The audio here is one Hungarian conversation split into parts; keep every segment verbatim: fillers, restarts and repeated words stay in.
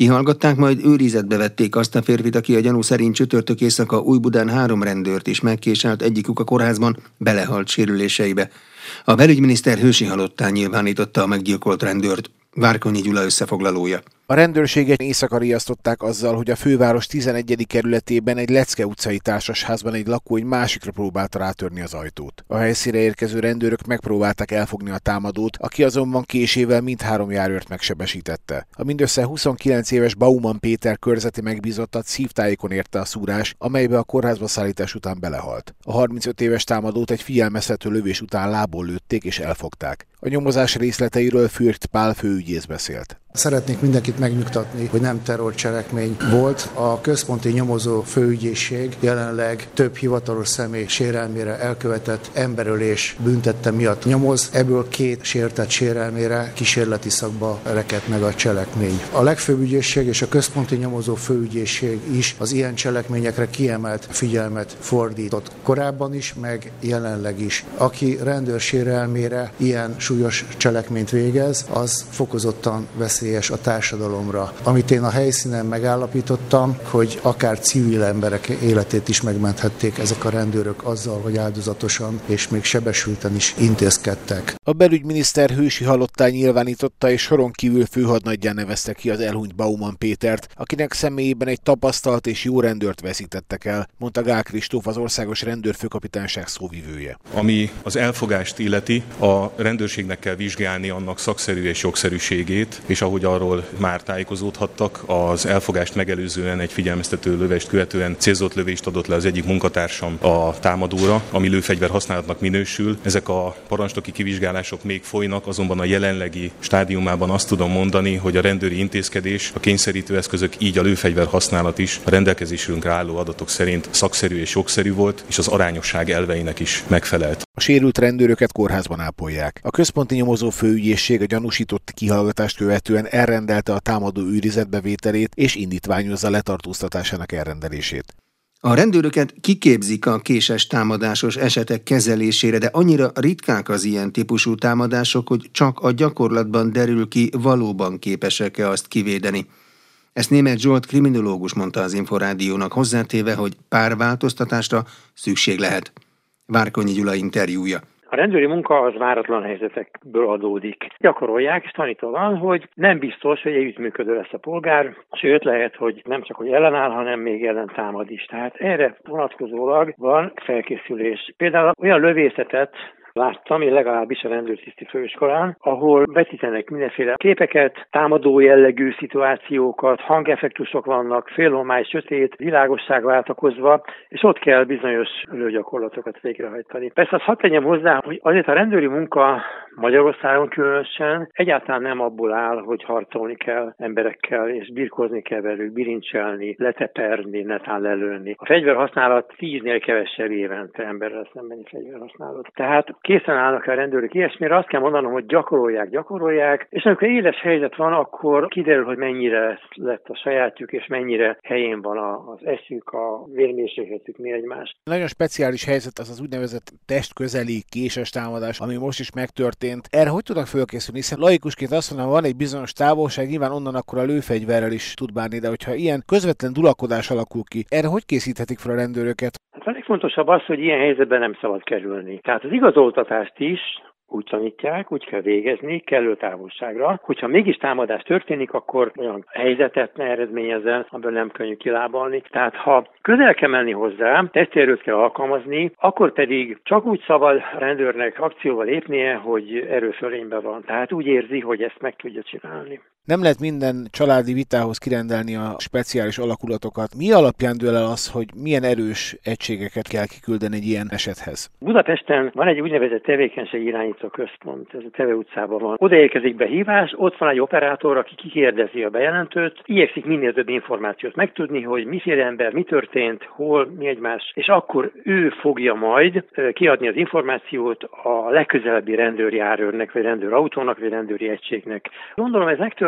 Kihallgatták, majd őrizetbe vették azt a férfit, aki a gyanú szerint csütörtök éjszaka Újbudán három rendőrt is megkéselt, egyikük a kórházban belehalt sérüléseibe. A belügyminiszter hősi halottán nyilvánította a meggyilkolt rendőrt. Várkonyi Gyula összefoglalója. A rendőrséget éjszaka riasztották azzal, hogy a főváros tizenegyedik kerületében egy Lecke utcai társasházban egy lakó egy másikra próbálta rátörni az ajtót. A helyszínre érkező rendőrök megpróbálták elfogni a támadót, aki azonban késével mindhárom járőrt megsebesítette. A mindössze huszonkilenc éves Baumann Péter körzeti megbízottat szívtájékon érte a szúrás, amelybe a kórházba szállítás után belehalt. A harmincöt éves támadót egy figyelmeztető lövés után lából lőtték és elfogták. A nyomozás részleteiről Fürth Pál főügyész beszélt. Szeretnék mindenkit megnyugtatni, hogy nem terrorcselekmény volt. A központi nyomozó főügyészség jelenleg több hivatalos személy sérelmére elkövetett emberölés büntette miatt nyomoz. Ebből két sértett sérelmére kísérleti szakba rekedt meg a cselekmény. A legfőbb ügyészség és a központi nyomozó főügyészség is az ilyen cselekményekre kiemelt figyelmet fordított korábban is, meg jelenleg is. Aki rendőr sérelmére ilyen súlyos cselekményt végez, az fokozottan veszélyes a társadalomra. Amit én a helyszínen megállapítottam, hogy akár civil emberek életét is megmenthették ezek a rendőrök azzal, hogy áldozatosan és még sebesülten is intézkedtek. A belügyminiszter hősi halottá nyilvánította és soron kívül főhadnaggyá nevezte ki az elhunyt Baumann Pétert, akinek személyében egy tapasztalt és jó rendőrt veszítettek el, mondta Gál Kristóf, az Országos Rendőrfőkapitányság szóvivője. Ami az elfogást illeti, a rendőrségnek kell vizsgálni annak szakszerű és jogszerűségét, és ahogy arról már tájékozódhattak, az elfogást megelőzően egy figyelmeztető lövést követően célzott lövést adott le az egyik munkatársam a támadóra, ami lőfegyver használatnak minősül. Ezek a parancsnoki kivizsgálások még folynak, azonban a jelenlegi stádiumában azt tudom mondani, hogy a rendőri intézkedés, a kényszerítő eszközök, így a lőfegyver használat is a rendelkezésünkre álló adatok szerint szakszerű és jogszerű volt, és az arányosság elveinek is megfelelt. A sérült rendőröket kórházban ápolják. A központi nyomozó főügyészség a gyanúsított kihallgatást követően elrendelte a támadó őrizetbevételét és indítványozza letartóztatásának elrendelését. A rendőröket kiképzik a késes támadásos esetek kezelésére, de annyira ritkák az ilyen típusú támadások, hogy csak a gyakorlatban derül ki, valóban képesek-e azt kivédeni. Ezt Németh Zsolt kriminológus mondta az Inforádiónak, hozzátéve, hogy párváltoztatásra szükség lehet. Várkonyi Gyula interjúja. A rendőri munka az váratlan helyzetekből adódik. Gyakorolják, és tanítóan, hogy nem biztos, hogy együttműködő lesz a polgár, sőt lehet, hogy nem csak hogy ellenáll, hanem még ellen támad is. Tehát erre vonatkozólag van felkészülés. Például olyan lövészetet láttam, én legalábbis a rendőrtiszti főiskolán, ahol vetítenek mindenféle képeket, támadó jellegű szituációkat, hangeffektusok vannak, félhomály, sötét, világosság váltakozva, és ott kell bizonyos lőgyakorlatokat végrehajtani. Persze azt hadd tegyem hozzá, hogy azért a rendőri munka Magyarországon különösen egyáltalán nem abból áll, hogy harcolni kell emberekkel, és birkózni kell velük, birincselni, leteperni, netán lelőni. A fegyverhasználat tíznél kevesebb évente emberrel szembeni fegyverhasználat. Tehát készen állnak a rendőrök ilyesmire, azt kell mondanom, hogy gyakorolják, gyakorolják, és amikor éles helyzet van, akkor kiderül, hogy mennyire lett a sajátjuk, és mennyire helyén van az eszük, a vérmérsékletük, mi egymás. Nagyon speciális helyzet az az úgynevezett testközeli késes támadás, ami most is megtörtént. Erre hogy tudnak fölkészülni? Hiszen laikusként azt mondom, van egy bizonyos távolság, nyilván onnan akkor a lőfegyverrel is tud bánni, de hogyha ilyen közvetlen dulakodás alakul ki, erre hogy készíthetik fel a rendőröket? Hát a legfontosabb az, hogy ilyen helyzetben nem szabad kerülni. Tehát az igazoltatást is úgy tanítják, úgy kell végezni, kellő távolságra. Hogyha mégis támadás történik, akkor olyan helyzetet ne eredményezzen, amiből nem könnyű kilábalni. Tehát ha közel kell menni hozzá, tesztérőt kell alkalmazni, akkor pedig csak úgy szabad a rendőrnek akcióval lépnie, hogy erőfölényben van. Tehát úgy érzi, hogy ezt meg tudja csinálni. Nem lehet minden családi vitához kirendelni a speciális alakulatokat. Mi alapján dől el az, hogy milyen erős egységeket kell kiküldeni egy ilyen esethez? Budapesten van egy úgynevezett tevékenységirányító központ, ez a Teve utcában van. Oda érkezik behívás, ott van egy operátor, aki kikérdezi a bejelentőt, igyekszik minél több információt megtudni, hogy miféle ember, mi történt, hol, mi egymás, és akkor ő fogja majd kiadni az információt a legközelebbi rendőrjárőrnek, vagy rendőrautónak, vagy rendőri egységnek. Gondolom ez megtört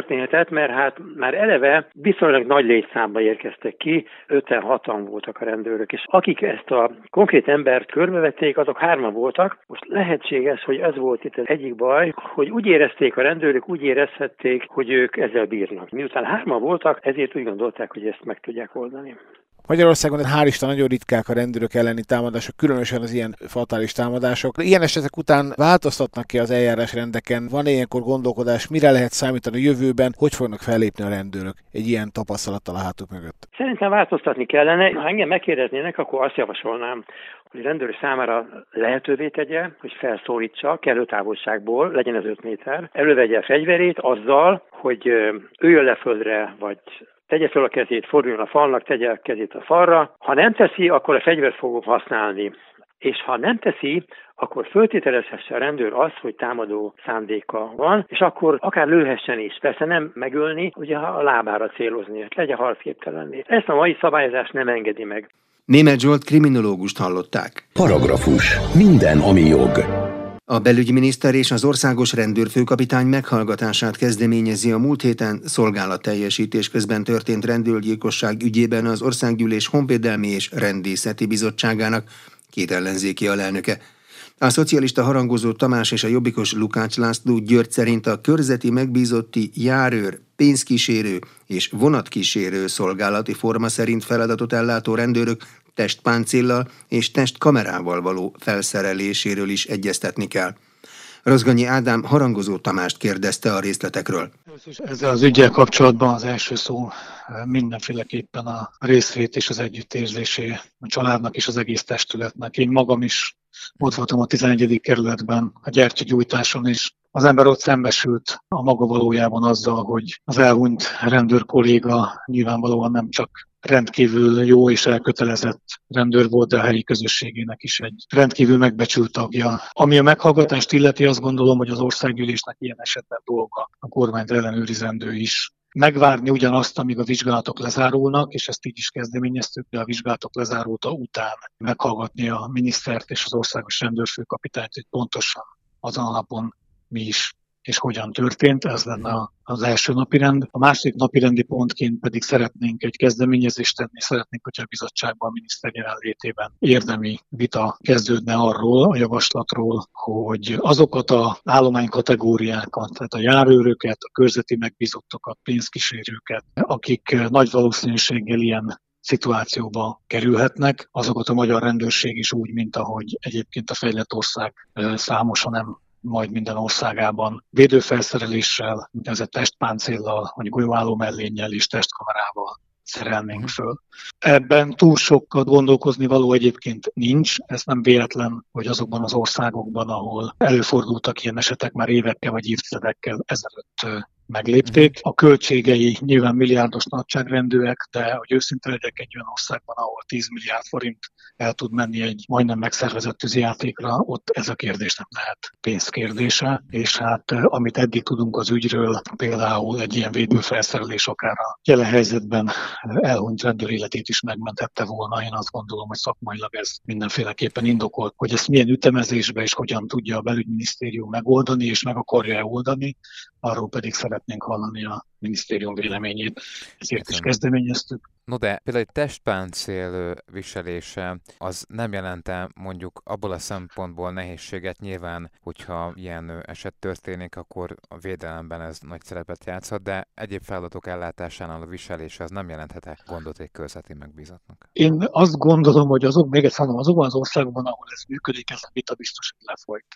történetet, mert hát már eleve viszonylag nagy létszámba érkeztek ki, öten-hatan voltak a rendőrök, és akik ezt a konkrét embert körbevették, azok hárman voltak. Most lehetséges, hogy ez volt itt az egyik baj, hogy úgy érezték a rendőrök, úgy érezhették, hogy ők ezzel bírnak. Miután hárman voltak, ezért úgy gondolták, hogy ezt meg tudják oldani. Magyarországon hál' Isten nagyon ritkák a rendőrök elleni támadások, különösen az ilyen fatális támadások. Ilyen esetek után változtatnak ki az eljárásrendeken? Van ilyenkor gondolkodás, mire lehet számítani a jövőben, hogy fognak fellépni a rendőrök egy ilyen tapasztalattal a hátuk mögött? Szerintem változtatni kellene. Ha engem megkérdeznének, akkor azt javasolnám, hogy a rendőr számára lehetővé tegye, hogy felszólítsa kellő távolságból, legyen ez öt méter, elővegye a fegyverét azzal, hogy üljön le földre, vagy tegye fel a kezét, forduljon a falnak, tegye a kezét a falra. Ha nem teszi, akkor a fegyvert fogok használni. És ha nem teszi, akkor föltételezhesse a rendőr azt, hogy támadó szándéka van, és akkor akár lőhessen is. Persze nem megölni, ugye a lábára célozni, legyen harcképtelenné. Ezt a mai szabályozás nem engedi meg. Németh Zsolt kriminológust hallották. Paragrafus. Minden, ami jog. A belügyminiszter és az országos rendőrfőkapitány meghallgatását kezdeményezi a múlt héten szolgálatteljesítés közben történt rendőrgyilkosság ügyében az Országgyűlés Honvédelmi és Rendészeti Bizottságának két ellenzéki alelnöke. A szocialista harangozó Tamás és a jobbikos Lukács László György szerint a körzeti megbízotti járőr, pénzkísérő és vonatkísérő szolgálati forma szerint feladatot ellátó rendőrök testpáncéllal és testkamerával való felszereléséről is egyeztetni kell. Rozgonyi Ádám harangozó Tamást kérdezte a részletekről. Ezzel az üggyel kapcsolatban az első szó mindenféleképpen a részvét és az együttérzésé a családnak és az egész testületnek. Én magam is ott voltam a tizenegyedik kerületben a gyertyagyújtáson, és az ember ott szembesült a maga valójában azzal, hogy az elhunyt rendőr kolléga nyilvánvalóan nem csak rendkívül jó és elkötelezett rendőr volt, de a helyi közösségének is egy rendkívül megbecsült tagja. Ami a meghallgatást illeti, azt gondolom, hogy az országgyűlésnek ilyen esetben dolga, a kormányt ellenőrizendő is. Megvárni ugyanazt, amíg a vizsgálatok lezárulnak, és ezt így is kezdeményeztük, de a vizsgálatok lezárulta után meghallgatni a minisztert és az országos rendőrfőkapitányt, hogy pontosan azon a napon mi is és hogyan történt, ez lenne az első napirend. A második napirendi pontként pedig szeretnénk egy kezdeményezést tenni, szeretnénk, hogyha a bizottságban a miniszter jelenlétében érdemi vita kezdődne arról, a javaslatról, hogy azokat az állománykategóriákat, tehát a járőröket, a körzeti megbízottokat, pénzkísérőket, akik nagy valószínűséggel ilyen szituációba kerülhetnek, azokat a magyar rendőrség is úgy, mint ahogy egyébként a fejlett ország számosan nem majd minden országában védőfelszereléssel, úgynevezett testpáncéllal, vagy golyóálló mellénnyel és testkamerával szerelnénk föl. Ebben túl sokat gondolkozni való egyébként nincs, ez nem véletlen, hogy azokban az országokban, ahol előfordultak ilyen esetek, már évekkel vagy évtizedekkel ezelőtt meglépték. A költségei nyilván milliárdos nagyságrendűek, de hogy őszinte legyek, egy olyan országban, ahol tíz milliárd forint el tud menni egy majdnem megszervezett tűzijátékra, ott ez a kérdés nem lehet pénzkérdése, és hát amit eddig tudunk az ügyről, például egy ilyen védőfelszerelés akár a jelen helyzetben elhunyt rendőr életét is megmentette volna, én azt gondolom, hogy szakmailag ez mindenféleképpen indokolt, hogy ezt milyen ütemezésbe és hogyan tudja a belügyminisztérium megoldani, és meg akarja oldani, arról pedig szeretnénk hallani a minisztérium véleményét. Ezért is kezdeményeztük. No de például egy testpáncél viselése az nem jelente mondjuk abból a szempontból nehézséget, nyilván, hogyha ilyen eset történik, akkor a védelemben ez nagy szerepet játszhat, de egyéb feladatok ellátásánál a viselése az nem jelenthet gondot egy körzeti megbízottnak. Én azt gondolom, hogy azok, még egyszer mondom, azokban az országokban, ahol ez működik, ez a vita biztos, hogy lefolyt.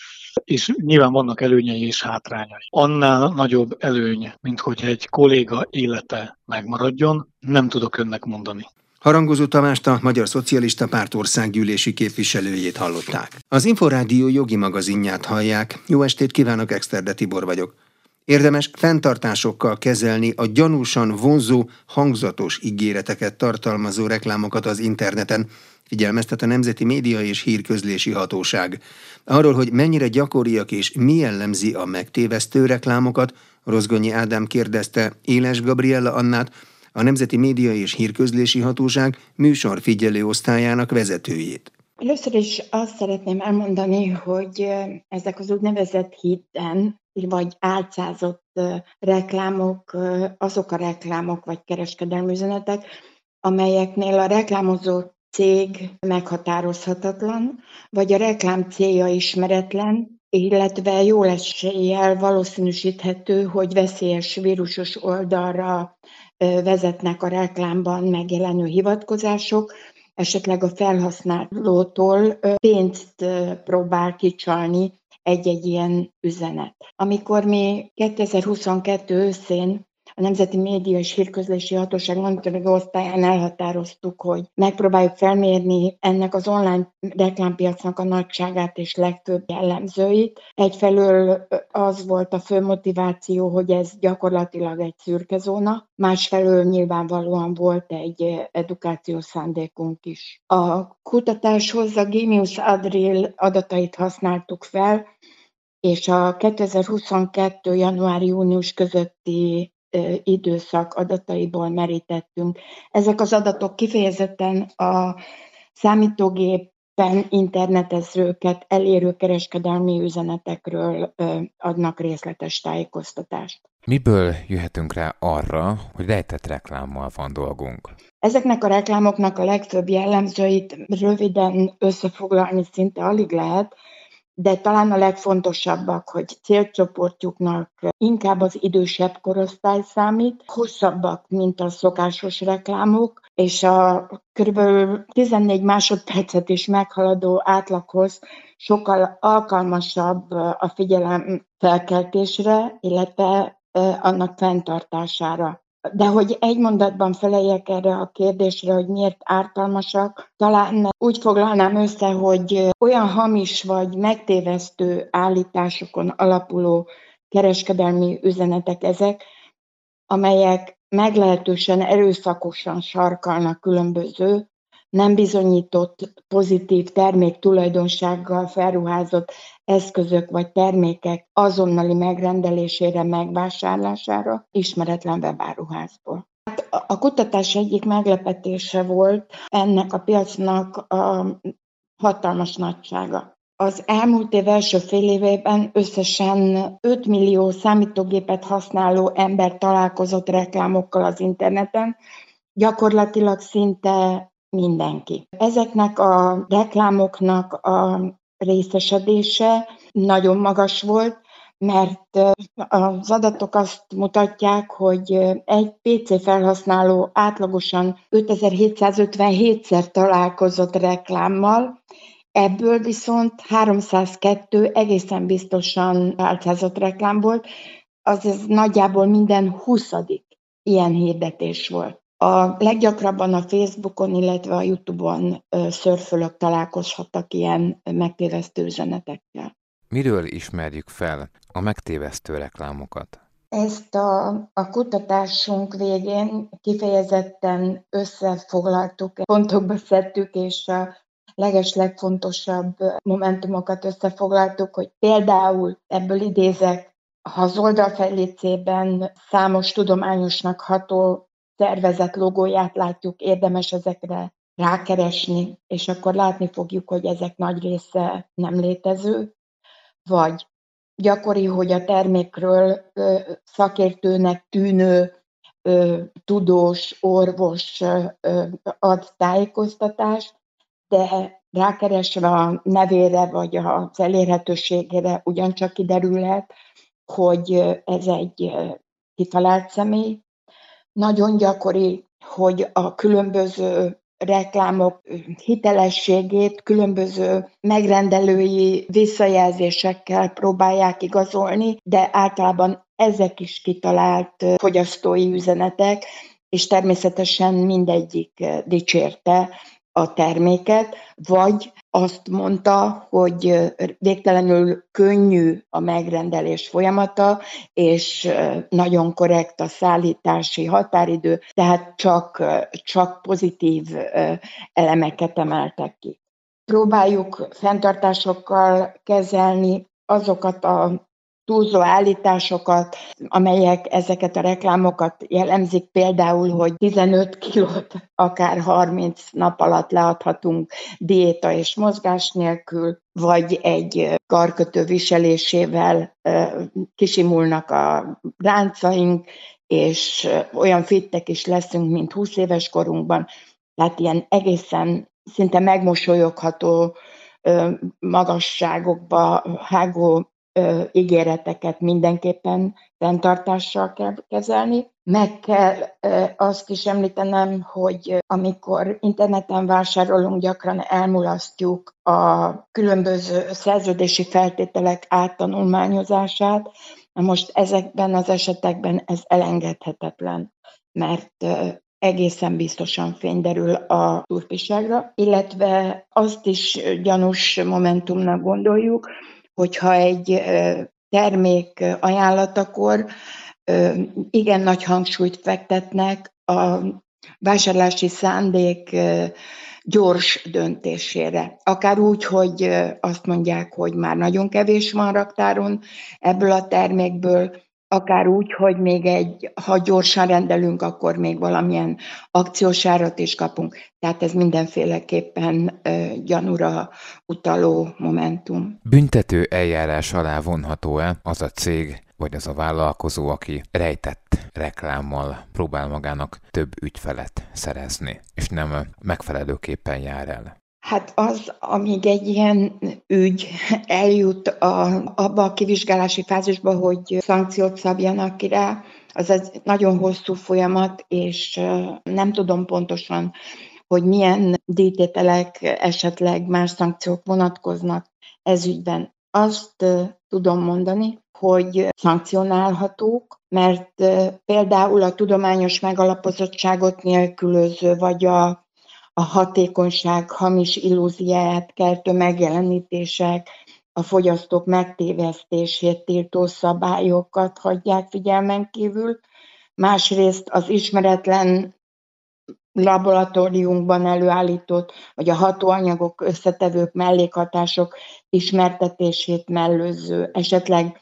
És nyilván vannak előnyei és hátrányai. Annál nagyobb előny, mint hogy egy kolléga élete megmaradjon, nem tudok önnek mondani. Harangozó Tamást, a Magyar Szocialista Párt országgyűlési képviselőjét hallották. Az Inforádió jogi magazinját hallják. Jó estét kívánok, Exterde Tibor vagyok. Érdemes fenntartásokkal kezelni a gyanúsan vonzó, hangzatos ígéreteket tartalmazó reklámokat az interneten, figyelmeztet a Nemzeti Média és Hírközlési Hatóság. Arról, hogy mennyire gyakoriak és mi jellemzi a megtévesztő reklámokat, Rozgonyi Ádám kérdezte Éles Gabriella Annát, a Nemzeti Média és Hírközlési Hatóság műsorfigyelő osztályának vezetőjét. Először is azt szeretném elmondani, hogy ezek az úgynevezett hidden vagy álcázott reklámok, azok a reklámok vagy kereskedelmi üzenetek, amelyeknél a reklámozó cég meghatározhatatlan, vagy a reklám célja ismeretlen, illetve jó eséllyel valószínűsíthető, hogy veszélyes vírusos oldalra vezetnek a reklámban megjelenő hivatkozások, esetleg a felhasználótól pénzt próbál kicsalni egy-egy ilyen üzenet. Amikor mi kétezer-huszonkettő őszén a Nemzeti Média és Hírközlési Hatóság monitoring osztályán elhatároztuk, hogy megpróbáljuk felmérni ennek az online reklámpiacnak a nagyságát és legfőbb jellemzőit. Egyfelől az volt a fő motiváció, hogy ez gyakorlatilag egy szürke zóna, másfelől nyilvánvalóan volt egy edukációs szándékunk is. A kutatáshoz a Genius Adrill adatait használtuk fel, és a kétezer-huszonkettő. január-június közötti időszak adataiból merítettünk. Ezek az adatok kifejezetten a számítógépen internetezőket elérő kereskedelmi üzenetekről adnak részletes tájékoztatást. Miből jöhetünk rá arra, hogy rejtett reklámmal van dolgunk? Ezeknek a reklámoknak a legfőbb jellemzőit röviden összefoglalni szinte alig lehet, de talán a legfontosabbak, hogy célcsoportjuknak inkább az idősebb korosztály számít, hosszabbak, mint a szokásos reklámok, és a kb. tizennégy másodpercet is meghaladó átlaghoz sokkal alkalmasabb a figyelem felkeltésre, illetve annak fenntartására. De hogy egy mondatban feleljek erre a kérdésre, hogy miért ártalmasak, talán úgy foglalnám össze, hogy olyan hamis vagy megtévesztő állításokon alapuló kereskedelmi üzenetek ezek, amelyek meglehetősen erőszakosan sarkalnak különböző, nem bizonyított pozitív termék tulajdonsággal felruházott eszközök vagy termékek azonnali megrendelésére, megvásárlására ismeretlen webáruházból. A kutatás egyik meglepetése volt ennek a piacnak a hatalmas nagysága. Az elmúlt év első fél évében összesen öt millió számítógépet használó ember találkozott reklámokkal az interneten, gyakorlatilag szinte mindenki. Ezeknek a reklámoknak a részesedése nagyon magas volt, mert az adatok azt mutatják, hogy egy pé cé felhasználó átlagosan ötezer-hétszázötvenhétszer találkozott reklámmal, ebből viszont háromszázkettő egészen biztosan álcázott reklám volt, azaz nagyjából minden huszadik ilyen hirdetés volt. A leggyakrabban a Facebookon, illetve a YouTube-on szörfölök találkozhattak ilyen megtévesztő üzenetekkel. Miről ismerjük fel a megtévesztő reklámokat? Ezt a, a kutatásunk végén kifejezetten összefoglaltuk, pontokba szedtük, és a legeslegfontosabb momentumokat összefoglaltuk, hogy például ebből idézek, ha az oldalfejlécében számos tudományosnak ható szervezet logóját látjuk, érdemes ezekre rákeresni, és akkor látni fogjuk, hogy ezek nagy része nem létező, vagy gyakori, hogy a termékről ö, szakértőnek tűnő ö, tudós, orvos ö, ad tájékoztatást, de rákeresve a nevére vagy az elérhetőségére ugyancsak kiderülhet, hogy ez egy kitalált személy. Nagyon gyakori, hogy a különböző reklámok hitelességét különböző megrendelői visszajelzésekkel próbálják igazolni, de általában ezek is kitalált fogyasztói üzenetek, és természetesen mindegyik dicsérte a terméket, vagy azt mondta, hogy végtelenül könnyű a megrendelés folyamata, és nagyon korrekt a szállítási határidő, tehát csak, csak pozitív elemeket emeltek ki. Próbáljuk fenntartásokkal kezelni azokat a túlzó állításokat, amelyek ezeket a reklámokat jellemzik, például, hogy tizenöt kilót akár harminc nap alatt leadhatunk diéta és mozgás nélkül, vagy egy karkötő viselésével kisimulnak a ráncaink, és olyan fittek is leszünk, mint húsz éves korunkban. Tehát ilyen egészen szinte megmosolyogható magasságokba hágó ígéreteket mindenképpen fenntartással kell kezelni. Meg kell azt is említenem, hogy amikor interneten vásárolunk, gyakran elmulasztjuk a különböző szerződési feltételek áttanulmányozását. Na most ezekben az esetekben ez elengedhetetlen, mert egészen biztosan fény derül a turpiságra, illetve azt is gyanús momentumnak gondoljuk, hogyha egy termék ajánlatakor igen nagy hangsúlyt fektetnek a vásárlási szándék gyors döntésére. Akár úgy, hogy azt mondják, hogy már nagyon kevés van raktáron ebből a termékből, akár úgy, hogy még egy, ha gyorsan rendelünk, akkor még valamilyen akciós árat is kapunk. Tehát ez mindenféleképpen uh, gyanúra utaló momentum. Büntető eljárás alá vonható-e az a cég, vagy az a vállalkozó, aki rejtett reklámmal próbál magának több ügyfelet szerezni, és nem megfelelőképpen jár el? Hát az, amíg egy ilyen ügy eljut a, abba a kivizsgálási fázisba, hogy szankciót szabjanak ki rá, az egy nagyon hosszú folyamat, és nem tudom pontosan, hogy milyen díjtételek, esetleg más szankciók vonatkoznak ez ügyben. Azt tudom mondani, hogy szankcionálhatók, mert például a tudományos megalapozottságot nélkülöző, vagy a a hatékonyság hamis illúziáját keltő megjelenítések, a fogyasztók megtévesztését tiltó szabályokat hagyják figyelmen kívül. Másrészt az ismeretlen laboratóriumban előállított, vagy a hatóanyagok, összetevők, mellékhatások ismertetését mellőző, esetleg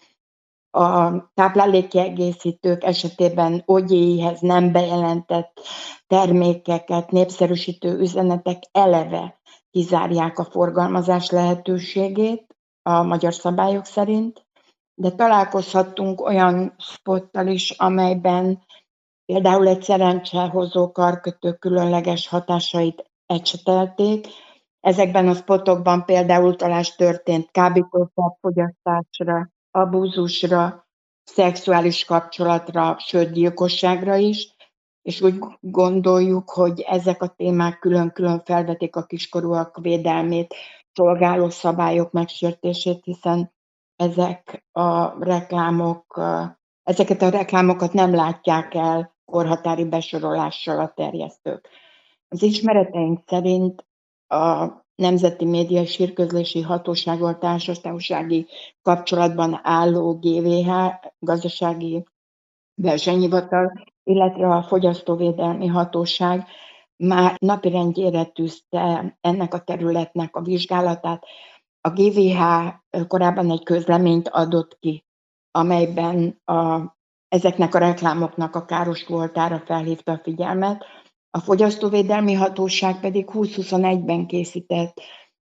a táplálékkiegészítők esetében o gé i-hez nem bejelentett termékeket, népszerűsítő üzenetek eleve kizárják a forgalmazás lehetőségét a magyar szabályok szerint, de találkozhattunk olyan spottal is, amelyben például egy szerencsehozó karkötő különleges hatásait ecsetelték. Ezekben a spotokban például utalás történt kábítószer fogyasztásra, abúzusra, szexuális kapcsolatra, sőt gyilkosságra is, és úgy gondoljuk, hogy ezek a témák külön-külön felvetik a kiskorúak védelmét, szolgáló szabályok megsértését, hiszen ezek a reklámok, ezeket a reklámokat nem látják el korhatári besorolással a terjesztők. Az ismereteink szerint a Nemzeti Média és Hírközlési Hatósággal társasági kapcsolatban álló gé vé há, Gazdasági Versenyhivatal, illetve a Fogyasztóvédelmi Hatóság már napirendjére tűzte ennek a területnek a vizsgálatát. A gé vé há korábban egy közleményt adott ki, amelyben a, ezeknek a reklámoknak a káros voltára felhívta a figyelmet. A Fogyasztóvédelmi Hatóság pedig húsz-huszonegyben készített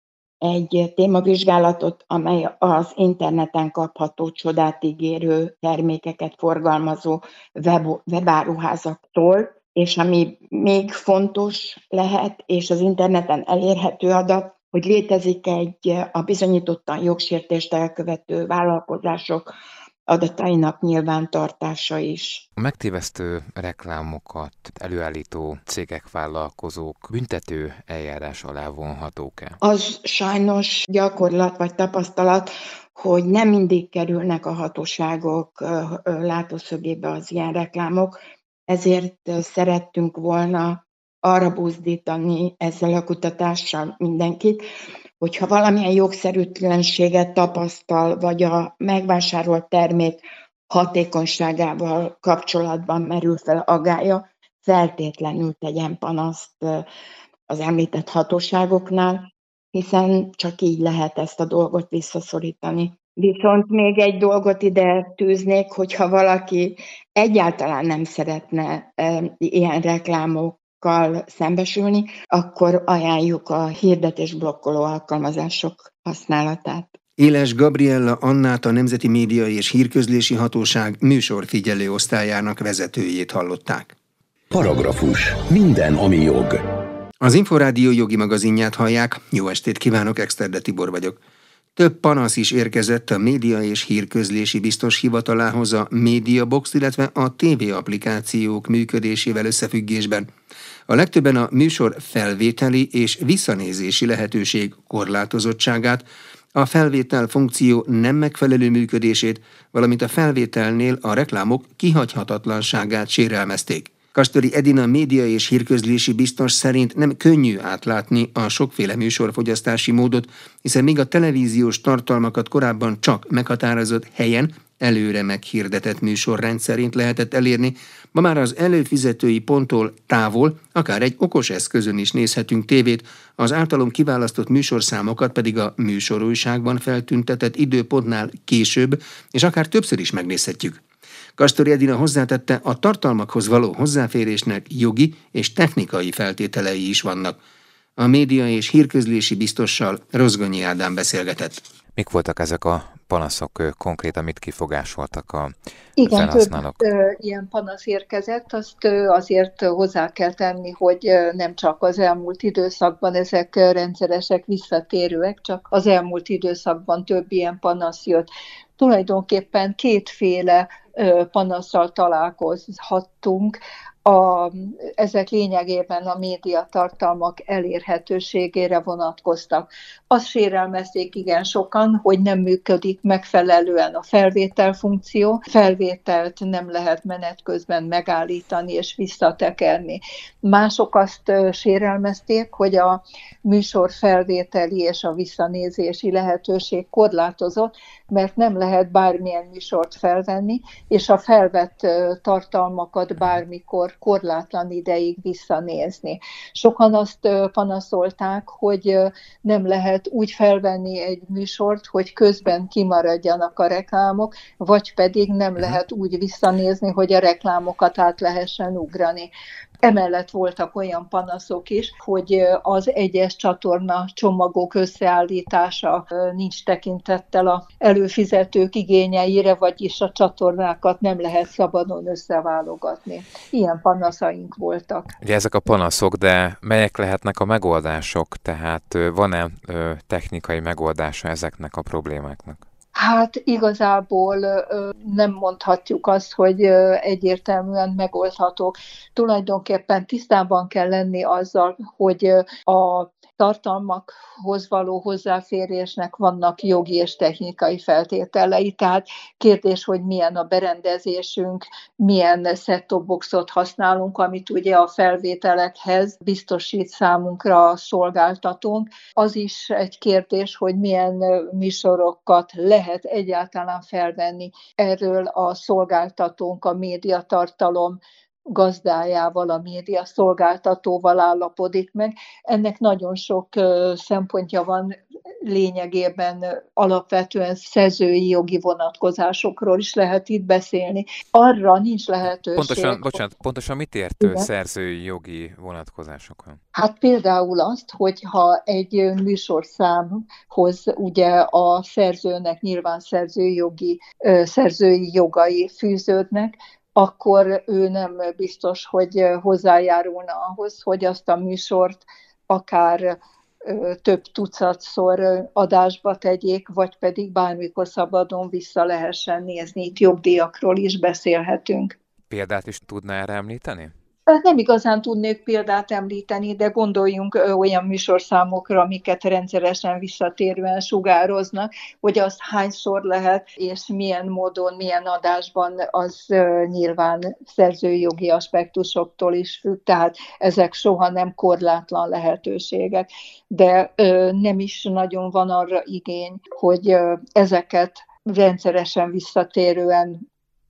egy témavizsgálatot, amely az interneten kapható csodát ígérő termékeket forgalmazó web, webáruházaktól, és ami még fontos lehet, és az interneten elérhető adat, hogy létezik egy a bizonyítottan jogsértést elkövető vállalkozások adatainak nyilvántartása is. A megtévesztő reklámokat előállító cégek, vállalkozók büntető eljárás alá vonhatók-e? Az sajnos gyakorlat vagy tapasztalat, hogy nem mindig kerülnek a hatóságok látószögébe az ilyen reklámok, ezért szerettünk volna arra buzdítani ezzel a kutatással mindenkit, hogyha valamilyen jogszerűtlenséget tapasztal, vagy a megvásárolt termék hatékonyságával kapcsolatban merül fel agálya, feltétlenül tegyen panaszt az említett hatóságoknál, hiszen csak így lehet ezt a dolgot visszaszorítani. Viszont még egy dolgot ide tűznék, hogyha valaki egyáltalán nem szeretne e, ilyen reklámokkal szembesülni, akkor ajánljuk a hirdetésblokkoló alkalmazások használatát. Éles Gabriella Annát, a Nemzeti Média és Hírközlési Hatóság műsorfigyelő osztályának vezetőjét hallották. Paragrafus. Minden, ami jog. Az Inforádió jogi magazinját hallják. Jó estét kívánok, Exterde Tibor vagyok. Több panasz is érkezett a Média és Hírközlési Biztos Hivatalához a Mediabox, illetve a té vé applikációk működésével összefüggésben. A legtöbben a műsor felvételi és visszanézési lehetőség korlátozottságát, a felvétel funkció nem megfelelő működését, valamint a felvételnél a reklámok kihagyhatatlanságát sérelmezték. Kastori Edina média és hírközlési biztos szerint nem könnyű átlátni a sokféle műsorfogyasztási módot, hiszen még a televíziós tartalmakat korábban csak meghatározott helyen, előre meghirdetett műsor rendszerint lehetett elérni, ma már az előfizetői ponttól távol, akár egy okos eszközön is nézhetünk tévét, az általunk kiválasztott műsorszámokat pedig a műsorújságban feltüntetett időpontnál később, és akár többször is megnézhetjük. Kastori Edina hozzátette, a tartalmakhoz való hozzáférésnek jogi és technikai feltételei is vannak. A média és hírközlési biztossal Rozgonyi Ádám beszélgetett. Mik voltak ezek a panaszok konkrétan, mit kifogásoltak a Igen, felhasználók? több ö, ilyen panasz érkezett, azt ö, azért hozzá kell tenni, hogy ö, nem csak az elmúlt időszakban ezek ö, rendszeresek, visszatérőek, csak az elmúlt időszakban több ilyen panasz jött. Tulajdonképpen kétféle ö, panasszal találkozhattunk. A, ezek lényegében a médiatartalmak elérhetőségére vonatkoztak. Azt sérelmezték igen sokan, hogy nem működik megfelelően a felvétel funkció. Felvételt nem lehet menet közben megállítani és visszatekerni. Mások azt sérelmezték, hogy a műsor felvételi és a visszanézési lehetőség korlátozott, mert nem lehet bármilyen műsort felvenni, és a felvett tartalmakat bármikor korlátlan ideig visszanézni. Sokan azt panaszolták, hogy nem lehet úgy felvenni egy műsort, hogy közben kimaradjanak a reklámok, vagy pedig nem lehet úgy visszanézni, hogy a reklámokat át lehessen ugrani. Emellett voltak olyan panaszok is, hogy az egyes csatorna csomagok összeállítása nincs tekintettel az előfizetők igényeire, vagyis a csatornákat nem lehet szabadon összeválogatni. Ilyen panaszaink voltak. Ugye ezek a panaszok, de melyek lehetnek a megoldások? Tehát van-e technikai megoldása ezeknek a problémáknak? Hát igazából nem mondhatjuk azt, hogy egyértelműen megoldhatók. Tulajdonképpen tisztában kell lenni azzal, hogy a tartalmakhoz való hozzáférésnek vannak jogi és technikai feltételei, tehát kérdés, hogy milyen a berendezésünk, milyen set-top boxot használunk, amit ugye a felvételekhez biztosít számunkra a szolgáltatónk. Az is egy kérdés, hogy milyen műsorokat lehet egyáltalán felvenni. Erről a szolgáltatónk, a médiatartalom gazdájával, a média szolgáltatóval állapodik meg. Ennek nagyon sok szempontja van, lényegében alapvetően szerzői jogi vonatkozásokról is lehet itt beszélni. Arra nincs lehetőség. Pontosan, hogy... bocsánat, pontosan mit ért ő szerzői jogi vonatkozásokon? Hát például azt, hogy ha egy műsorszámhoz ugye a szerzőnek nyilván szerzői jogi, szerzői jogai fűződnek, akkor ő nem biztos, hogy hozzájárulna ahhoz, hogy azt a műsort akár több tucatszor adásba tegyék, vagy pedig bármikor szabadon vissza lehessen nézni. Itt jogdíjakról is beszélhetünk. Példát is tudná erre említeni? Nem igazán tudnék példát említeni, de gondoljunk olyan műsorszámokra, amiket rendszeresen visszatérően sugároznak, hogy az hányszor lehet, és milyen módon, milyen adásban, az nyilván szerzői jogi aspektusoktól is függ, tehát ezek soha nem korlátlan lehetőségek, de nem is nagyon van arra igény, hogy ezeket rendszeresen visszatérően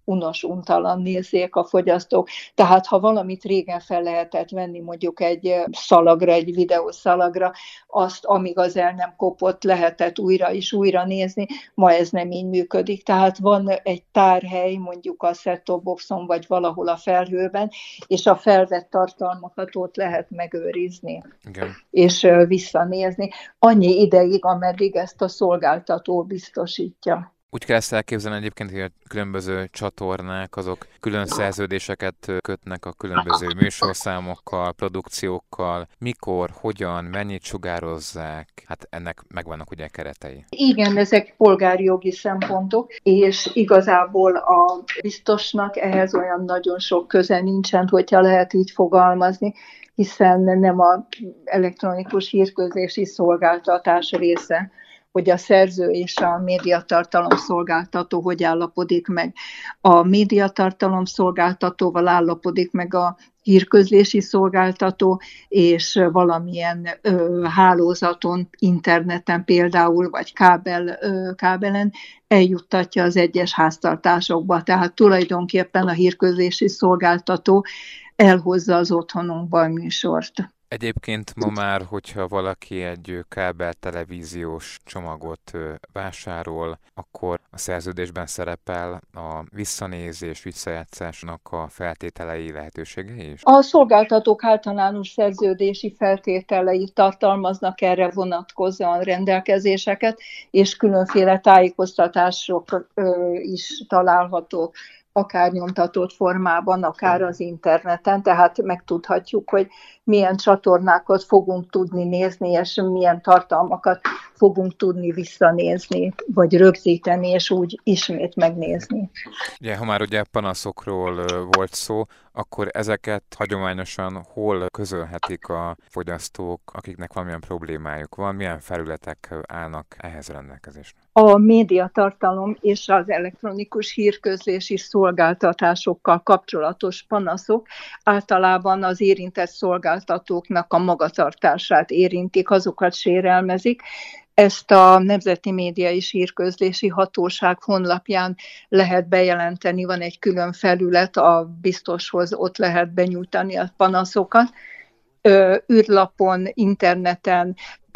unos, untalan nézzék a fogyasztók. Tehát ha valamit régen fel lehetett venni, mondjuk egy szalagra, egy videószalagra, azt amíg az el nem kopott, lehetett újra és újra nézni, ma ez nem így működik. Tehát van egy tárhely, mondjuk a set-top boxon, vagy valahol a felhőben, és a felvett tartalmakat ott lehet megőrizni, igen, és visszanézni. Annyi ideig, ameddig ezt a szolgáltató biztosítja. Úgy kell ezt elképzelni egyébként, hogy a különböző csatornák, azok külön szerződéseket kötnek a különböző műsorszámokkal, produkciókkal, mikor, hogyan, mennyit sugározzák, hát ennek megvannak ugye keretei. Igen, ezek polgári jogi szempontok, és igazából a biztosnak ehhez olyan nagyon sok köze nincsen, hogyha lehet így fogalmazni, hiszen nem az elektronikus hírközlési szolgáltatás része, hogy a szerző és a médiatartalom szolgáltató hogy állapodik meg. A médiatartalom szolgáltatóval állapodik meg a hírközlési szolgáltató, és valamilyen ö, hálózaton, interneten például, vagy kábel, ö, kábelen eljuttatja az egyes háztartásokba. Tehát tulajdonképpen a hírközlési szolgáltató elhozza az otthonunkba a műsort. Egyébként ma már, hogyha valaki egy kábel televíziós csomagot vásárol, akkor a szerződésben szerepel a visszanézés, visszajátszásnak a feltételei, lehetőségei is? A szolgáltatók általános szerződési feltételei tartalmaznak erre vonatkozóan rendelkezéseket, és különféle tájékoztatások is találhatók, akár nyomtatott formában, akár az interneten, tehát megtudhatjuk, hogy milyen csatornákat fogunk tudni nézni, és milyen tartalmakat fogunk tudni visszanézni, vagy rögzíteni, és úgy ismét megnézni. Ugye, ha már ugye panaszokról volt szó, akkor ezeket hagyományosan hol közölhetik a fogyasztók, akiknek valamilyen problémájuk van, milyen felületek állnak ehhez rendelkezésre? A médiatartalom és az elektronikus hírközlési szolgáltatásokkal kapcsolatos panaszok általában az érintett szolgáltatóknak a magatartását érintik, azokat sérelmezik. Ezt a Nemzeti Média és Hírközlési Hatóság honlapján lehet bejelenteni, van egy külön felület, a biztoshoz ott lehet benyújtani a panaszokat. űrlapon, interneten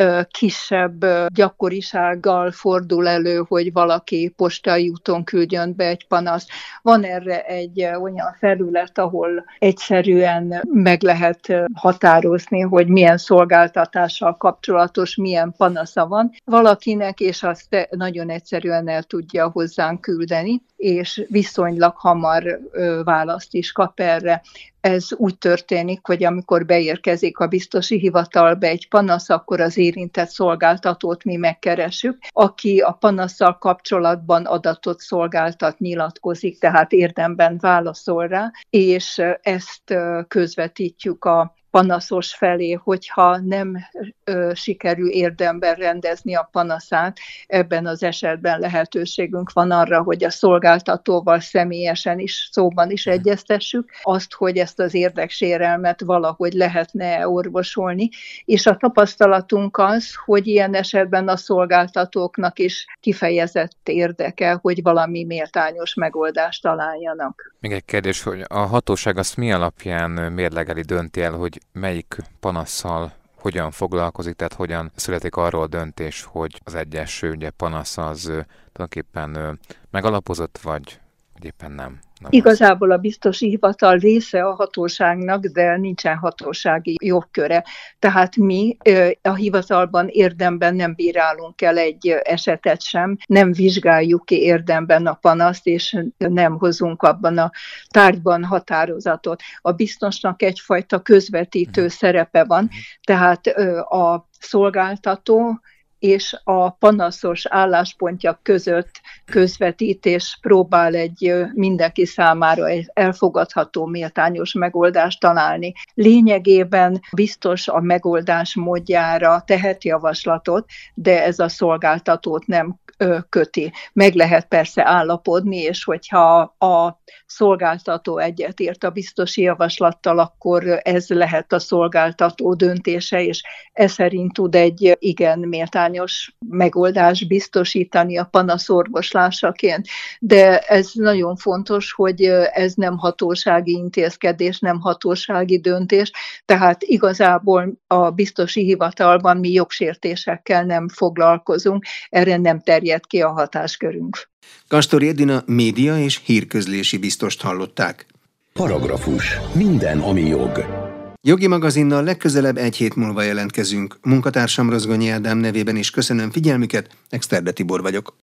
kisebb gyakorisággal fordul elő, hogy valaki postai úton küldjön be egy panaszt. Van erre egy olyan felület, ahol egyszerűen meg lehet határozni, hogy milyen szolgáltatással kapcsolatos, milyen panasza van valakinek, és azt nagyon egyszerűen el tudja hozzánk küldeni, és viszonylag hamar választ is kap erre. Ez úgy történik, hogy amikor beérkezik a biztosi hivatalba egy panasz, akkor az érintett szolgáltatót mi megkeressük, aki a panasszal kapcsolatban adatot szolgáltat, nyilatkozik, tehát érdemben válaszol rá, és ezt közvetítjük a panaszos felé, hogyha nem ö, sikerül érdemben rendezni a panaszát, ebben az esetben lehetőségünk van arra, hogy a szolgáltatóval személyesen is, szóban is egyeztessük azt, hogy ezt az érdeksérelmet valahogy lehetne orvosolni, és a tapasztalatunk az, hogy ilyen esetben a szolgáltatóknak is kifejezett érdeke, hogy valami méltányos megoldást találjanak. Még egy kérdés, hogy a hatóság azt mi alapján mérlegeli, dönti el, hogy melyik panasszal hogyan foglalkozik, tehát hogyan születik arról döntés, hogy az egyes ugye, panasz az tulajdonképpen megalapozott, vagy éppen nem? nem Igazából a biztosi hivatal része a hatóságnak, de nincsen hatósági jogköre. Tehát mi a hivatalban érdemben nem bírálunk el egy esetet sem, nem vizsgáljuk ki érdemben a panaszt, és nem hozunk abban a tárgyban határozatot. A biztosnak egyfajta közvetítő szerepe van, tehát a szolgáltató és a panaszos álláspontja között közvetítés próbál egy mindenki számára egy elfogadható, méltányos megoldást találni. Lényegében biztos a megoldás módjára tehet javaslatot, de ez a szolgáltatót nem köti. Meg lehet persze állapodni, és hogyha a szolgáltató egyetért a biztosi javaslattal, akkor ez lehet a szolgáltató döntése, és ez szerint tud egy igen méltányos méltányos megoldást biztosítani a panasz orvoslásaként. De ez nagyon fontos, hogy ez nem hatósági intézkedés, nem hatósági döntés, tehát igazából a biztosi hivatalban mi jogsértésekkel nem foglalkozunk, erre nem terjed ki a hatáskörünk. Kastor Edina média és hírközlési biztost hallották. Paragrafus. Minden, ami jog. Jogi magazinnal legközelebb egy hét múlva jelentkezünk. Munkatársam Rozgonyi Ádám nevében is köszönöm figyelmüket, Exterde Tibor vagyok.